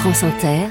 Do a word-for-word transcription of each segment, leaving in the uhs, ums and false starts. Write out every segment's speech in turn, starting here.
France Inter,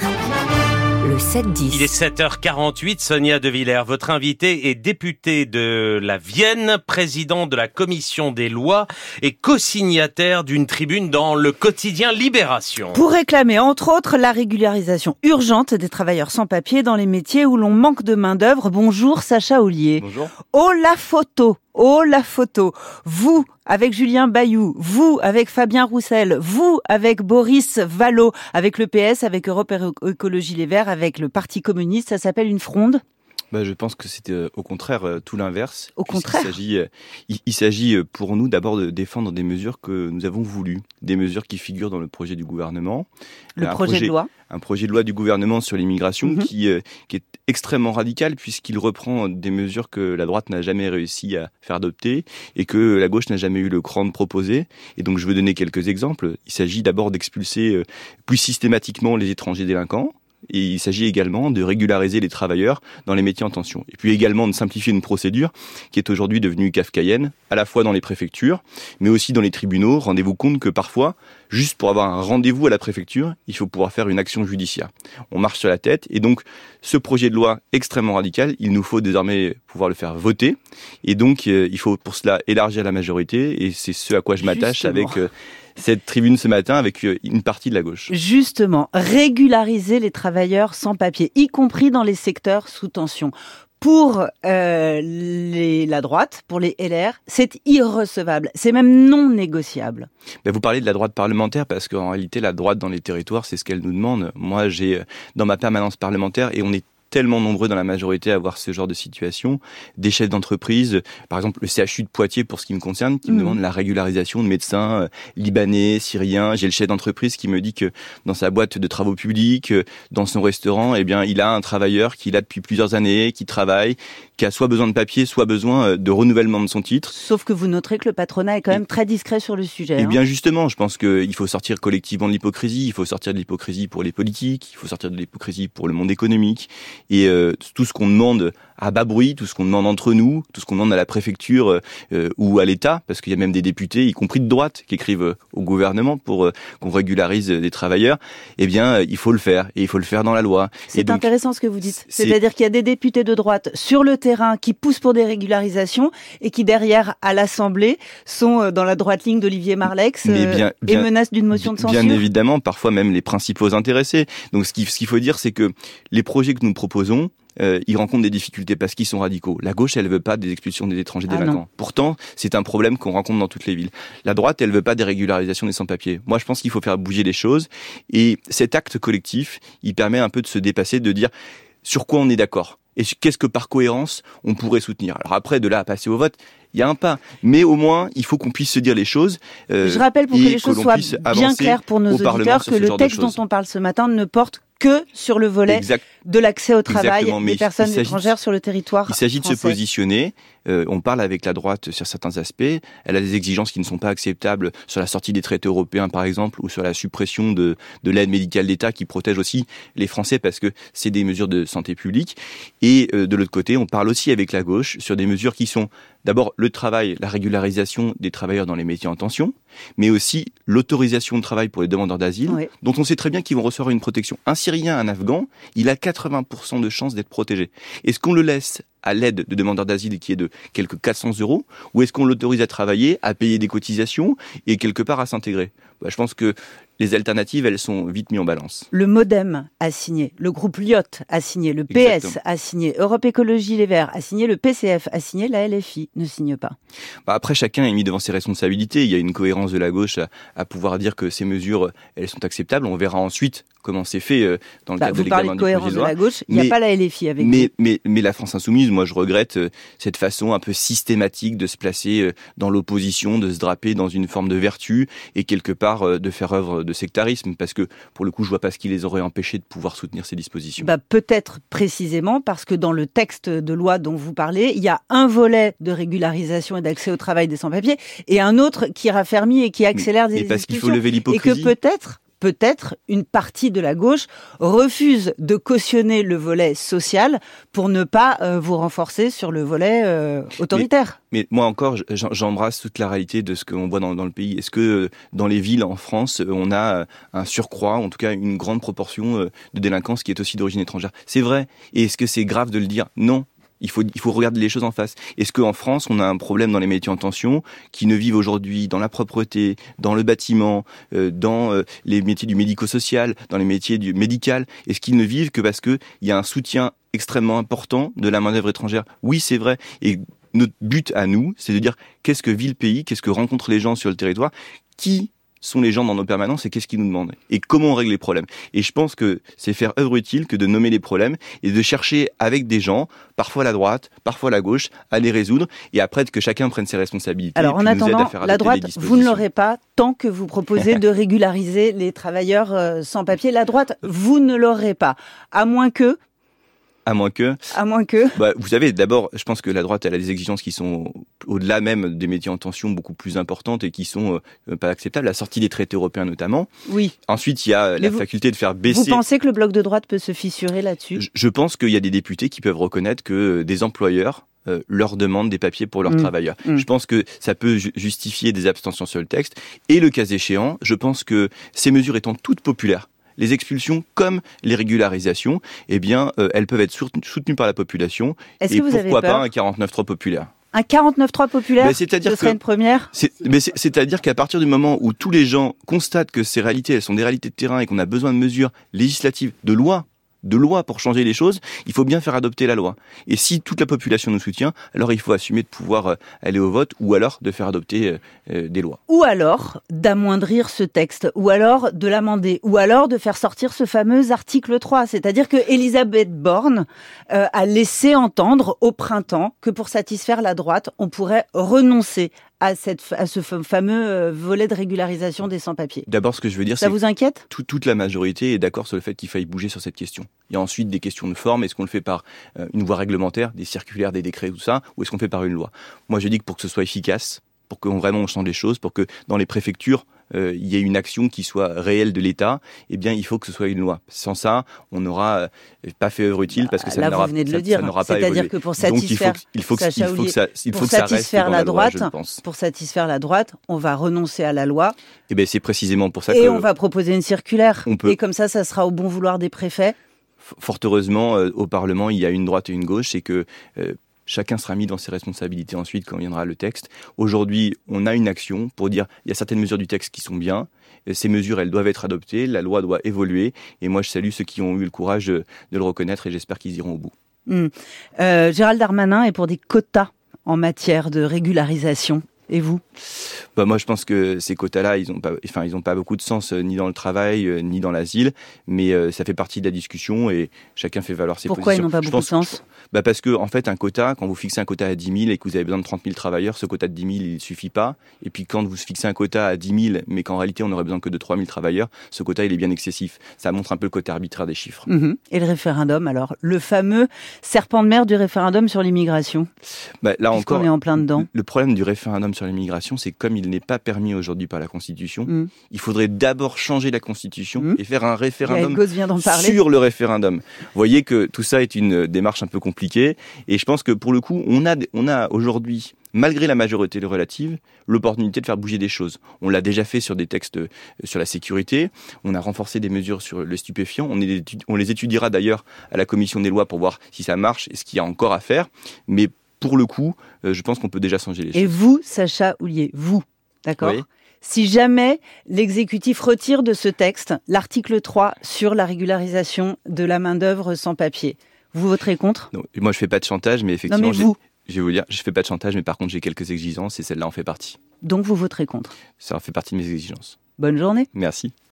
le sept dix. Il est sept heures quarante-huit, Sonia De Villers. Votre invité est député de la Vienne, président de la commission des lois et co-signataire d'une tribune dans le quotidien Libération. Pour réclamer, entre autres, la régularisation urgente des travailleurs sans papier dans les métiers où l'on manque de main-d'œuvre. Bonjour Sacha Ollier. Bonjour. Oh la photo, oh la photo. Vous avec Julien Bayou, vous avec Fabien Roussel, vous avec Boris Vallaud, avec le P S, avec Europe Écologie Les Verts, avec le Parti communiste. Ça s'appelle une fronde ? Bah, je pense que c'est euh, au contraire euh, tout l'inverse. Au contraire. Il s'agit, euh, il, il s'agit euh, pour nous d'abord de défendre des mesures que nous avons voulues, des mesures qui figurent dans le projet du gouvernement. Le un projet, projet de loi. Un projet de loi du gouvernement sur l'immigration mm-hmm. qui, euh, qui est extrêmement radical puisqu'il reprend des mesures que la droite n'a jamais réussi à faire adopter et que la gauche n'a jamais eu le cran de proposer. Et donc je veux donner quelques exemples. Il s'agit d'abord d'expulser euh, plus systématiquement les étrangers délinquants. Et il s'agit également de régulariser les travailleurs dans les métiers en tension. Et puis également de simplifier une procédure qui est aujourd'hui devenue kafkaïenne, à la fois dans les préfectures, mais aussi dans les tribunaux. Rendez-vous compte que parfois, juste pour avoir un rendez-vous à la préfecture, il faut pouvoir faire une action judiciaire. On marche sur la tête. Et donc, ce projet de loi extrêmement radical, il nous faut désormais pouvoir le faire voter. Et donc, euh, il faut pour cela élargir la majorité. Et c'est ce à quoi je m'attache Justement. avec... Euh, cette tribune ce matin avec une partie de la gauche. Justement, régulariser les travailleurs sans papier, y compris dans les secteurs sous tension. Pour euh, les, la droite, pour les L R, c'est irrecevable, c'est même non négociable. Ben vous parlez de la droite parlementaire parce qu'en réalité, la droite dans les territoires, c'est ce qu'elle nous demande. Moi, j'ai dans ma permanence parlementaire, et on est tellement nombreux dans la majorité à avoir ce genre de situation, des chefs d'entreprise, par exemple le C H U de Poitiers pour ce qui me concerne, qui mmh. me demande la régularisation de médecins euh, libanais, syriens. J'ai le chef d'entreprise qui me dit que dans sa boîte de travaux publics, euh, dans son restaurant, eh bien il a un travailleur qui est là depuis plusieurs années, qui travaille, qui a soit besoin de papier, soit besoin euh, de renouvellement de son titre. Sauf que vous noterez que le patronat est quand même et, très discret sur le sujet. Eh hein. bien justement, je pense qu'il faut sortir collectivement de l'hypocrisie, il faut sortir de l'hypocrisie pour les politiques, il faut sortir de l'hypocrisie pour le monde économique. Et euh, tout ce qu'on demande à bas bruit, tout ce qu'on demande entre nous, tout ce qu'on demande à la préfecture euh, ou à l'État, parce qu'il y a même des députés, y compris de droite, qui écrivent euh, au gouvernement pour euh, qu'on régularise euh, des travailleurs, eh bien, euh, il faut le faire, et il faut le faire dans la loi. C'est donc, intéressant ce que vous dites. C'est... C'est-à-dire qu'il y a des députés de droite sur le terrain qui poussent pour des régularisations et qui, derrière, à l'Assemblée, sont dans la droite ligne d'Olivier Marleix euh, bien, bien, et menacent d'une motion de censure. Bien évidemment, parfois même les principaux intéressés. Donc, ce qu'il, ce qu'il faut dire, c'est que les projets que nous proposons, Euh, ils rencontrent des difficultés parce qu'ils sont radicaux. La gauche, elle veut pas des expulsions des étrangers ah délinquants. Non. Pourtant, c'est un problème qu'on rencontre dans toutes les villes. La droite, elle veut pas des régularisations des sans-papiers. Moi, je pense qu'il faut faire bouger les choses. Et cet acte collectif, il permet un peu de se dépasser, de dire sur quoi on est d'accord. Et qu'est-ce que par cohérence, on pourrait soutenir. Alors après, de là à passer au vote, il y a un pas. Mais au moins, il faut qu'on puisse se dire les choses. Euh, je rappelle pour que les choses soient bien claires pour nos auditeurs que le texte dont on parle ce matin ne porte que sur le volet exact. de l'accès au travail des personnes étrangères sur le territoire Il s'agit français. de se positionner. Euh, on parle avec la droite sur certains aspects. Elle a des exigences qui ne sont pas acceptables sur la sortie des traités européens, par exemple, ou sur la suppression de, de l'aide médicale d'État qui protège aussi les Français parce que c'est des mesures de santé publique. Et euh, de l'autre côté, on parle aussi avec la gauche sur des mesures qui sont d'abord le travail, la régularisation des travailleurs dans les métiers en tension, mais aussi l'autorisation de travail pour les demandeurs d'asile, oui. dont on sait très bien qu'ils vont recevoir une protection. Un Syrien, un Afghan, il a quatre-vingts pour cent de chances d'être protégé. Est-ce qu'on le laisse à l'aide de demandeurs d'asile qui est de quelques quatre cents euros, ou est-ce qu'on l'autorise à travailler, à payer des cotisations et quelque part à s'intégrer ? Bah, je pense que les alternatives, elles sont vite mises en balance. Le MoDem a signé, le groupe Lyot a signé, le P S Exactement. a signé, Europe Écologie Les Verts a signé, le P C F a signé, la L F I ne signe pas. Bah après, chacun est mis devant ses responsabilités. Il y a une cohérence de la gauche à, à pouvoir dire que ces mesures, elles sont acceptables. On verra ensuite comment c'est fait euh, dans le bah, cadre de l'examen du projet de loi. Vous parlez de cohérence de la gauche, il n'y a pas la L F I avec mais, vous. Mais, mais la France Insoumise, moi je regrette euh, cette façon un peu systématique de se placer euh, dans l'opposition, de se draper dans une forme de vertu et quelque part euh, de faire œuvre de sectarisme. Parce que pour le coup, je vois pas ce qui les aurait empêchés de pouvoir soutenir ces dispositions. Bah, peut-être précisément parce que dans le texte de loi dont vous parlez, il y a un volet de régularisation et d'accès au travail des sans-papiers et un autre qui raffermit et qui accélère des mais parce expulsions. Qu'il faut lever l'hypocrisie. Et que peut-être peut-être une partie de la gauche refuse de cautionner le volet social pour ne pas euh, vous renforcer sur le volet euh, autoritaire. Mais, mais moi encore, j'embrasse toute la réalité de ce qu'on voit dans, dans le pays. Est-ce que dans les villes en France, on a un surcroît, en tout cas une grande proportion de délinquance qui est aussi d'origine étrangère? C'est vrai. Et est-ce que c'est grave de le dire? Non. Il faut, il faut regarder les choses en face. Est-ce qu'en France, on a un problème dans les métiers en tension qui ne vivent aujourd'hui dans la propreté, dans le bâtiment, euh, dans euh, les métiers du médico-social, dans les métiers du médical? Est-ce qu'ils ne vivent que parce qu'il y a un soutien extrêmement important de la main-d'œuvre étrangère? Oui, c'est vrai. Et notre but à nous, c'est de dire qu'est-ce que vit le pays, qu'est-ce que rencontrent les gens sur le territoire, qui sont les gens dans nos permanences et qu'est-ce qu'ils nous demandent et comment on règle les problèmes. Et je pense que c'est faire œuvre utile que de nommer les problèmes et de chercher avec des gens, parfois la droite, parfois la gauche, à les résoudre et après que chacun prenne ses responsabilités. Alors en attendant, la droite, vous ne l'aurez pas tant que vous proposez de régulariser les travailleurs euh, sans papier. La droite, vous ne l'aurez pas, à moins que... À moins que... À moins que... Bah, vous savez, d'abord, je pense que la droite, elle a des exigences qui sont au-delà même des métiers en tension, beaucoup plus importantes et qui sont euh, pas acceptables. La sortie des traités européens, notamment. Oui. Ensuite, il y a Mais la vous, faculté de faire baisser... Vous pensez que le bloc de droite peut se fissurer là-dessus? je, je pense qu'il y a des députés qui peuvent reconnaître que des employeurs euh, leur demandent des papiers pour leurs mmh. travailleurs. Mmh. Je pense que ça peut ju- justifier des abstentions sur le texte. Et le cas échéant, je pense que ces mesures étant toutes populaires, les expulsions comme les régularisations, eh bien, euh, elles peuvent être soutenues par la population. Est-ce et que vous pourquoi avez peur pas un quarante-neuf trois populaire? Un quarante-neuf trois populaire, ben, c'est-à-dire ce serait que, une première c'est, mais c'est, C'est-à-dire qu'à partir du moment où tous les gens constatent que ces réalités, elles sont des réalités de terrain et qu'on a besoin de mesures législatives, de lois, de loi pour changer les choses, il faut bien faire adopter la loi. Et si toute la population nous soutient, alors il faut assumer de pouvoir euh, aller au vote ou alors de faire adopter euh, euh, des lois. Ou alors d'amoindrir ce texte, ou alors de l'amender, ou alors de faire sortir ce fameux article trois. C'est-à-dire que Elisabeth Borne euh, a laissé entendre au printemps que pour satisfaire la droite, on pourrait renoncer à, cette, à ce fameux volet de régularisation des sans-papiers. D'abord, ce que je veux dire, ça c'est vous inquiète ? tout, toute la majorité est d'accord sur le fait qu'il faille bouger sur cette question. Il y a ensuite des questions de forme. Est-ce qu'on le fait par euh, une voie réglementaire, des circulaires, des décrets, tout ça, ou est-ce qu'on le fait par une loi ? Moi, je dis que pour que ce soit efficace, pour qu'on vraiment on change les choses, pour que dans les préfectures, euh, il y ait une action qui soit réelle de l'État, eh bien, il faut que ce soit une loi. Sans ça, on n'aura euh, pas fait œuvre utile parce que Là, ça n'aura, vous venez de ça, le dire. ça n'aura pas C'est-à-dire évolué. que pour satisfaire, Donc, il faut, que, il faut, que, il faut que ça, il faut pour que ça reste satisfaire dans la la loi, droite, je pense. Pour satisfaire la droite, on va renoncer à la loi. Eh bien, c'est précisément pour ça et que... Et on va proposer une circulaire. On peut... Et comme ça, ça sera au bon vouloir des préfets. Fort heureusement, euh, au Parlement, il y a une droite et une gauche, et que euh, chacun sera mis dans ses responsabilités ensuite quand viendra le texte. Aujourd'hui, on a une action pour dire il y a certaines mesures du texte qui sont bien. Ces mesures, elles doivent être adoptées, la loi doit évoluer. Et moi, je salue ceux qui ont eu le courage de, de le reconnaître et j'espère qu'ils iront au bout. Mmh. Euh, Gérald Darmanin est pour des quotas en matière de régularisation. Et vous ? Bah moi, je pense que ces quotas-là, ils n'ont pas, enfin, ils n'ont pas beaucoup de sens euh, ni dans le travail euh, ni dans l'asile, mais euh, ça fait partie de la discussion et chacun fait valoir ses Pourquoi positions. Pourquoi ils n'ont pas beaucoup de sens ? Bah parce que en fait, un quota, quand vous fixez un quota à dix mille et que vous avez besoin de trente mille travailleurs, ce quota de dix mille, il suffit pas. Et puis quand vous fixez un quota à dix mille, mais qu'en réalité on n'aurait besoin que de trois mille travailleurs, ce quota il est bien excessif. Ça montre un peu le côté arbitraire des chiffres. Mmh. Et le référendum, alors, le fameux serpent de mer du référendum sur l'immigration. Bah là encore, on est en plein dedans. Le problème du référendum sur l'immigration, c'est que comme il n'est pas permis aujourd'hui par la Constitution, mmh. il faudrait d'abord changer la Constitution mmh. et faire un référendum vient d'en parler. sur le référendum. Vous voyez que tout ça est une démarche un peu compliquée et je pense que pour le coup, on a, on a aujourd'hui, malgré la majorité relative, l'opportunité de faire bouger des choses. On l'a déjà fait sur des textes sur la sécurité, on a renforcé des mesures sur le stupéfiant, on, est, on les étudiera d'ailleurs à la commission des lois pour voir si ça marche et ce qu'il y a encore à faire, mais pour le coup, euh, je pense qu'on peut déjà changer les choses. Et vous, Sacha Houlié, vous, d'accord ? Oui. Si jamais l'exécutif retire de ce texte l'article trois sur la régularisation de la main-d'œuvre sans papier, vous voterez contre ? Non, moi, je ne fais pas de chantage, mais effectivement, non, mais vous. je vais vous dire, je ne fais pas de chantage, mais par contre, j'ai quelques exigences et celle-là en fait partie. Donc, vous voterez contre ? Ça fait partie de mes exigences. Bonne journée. Merci.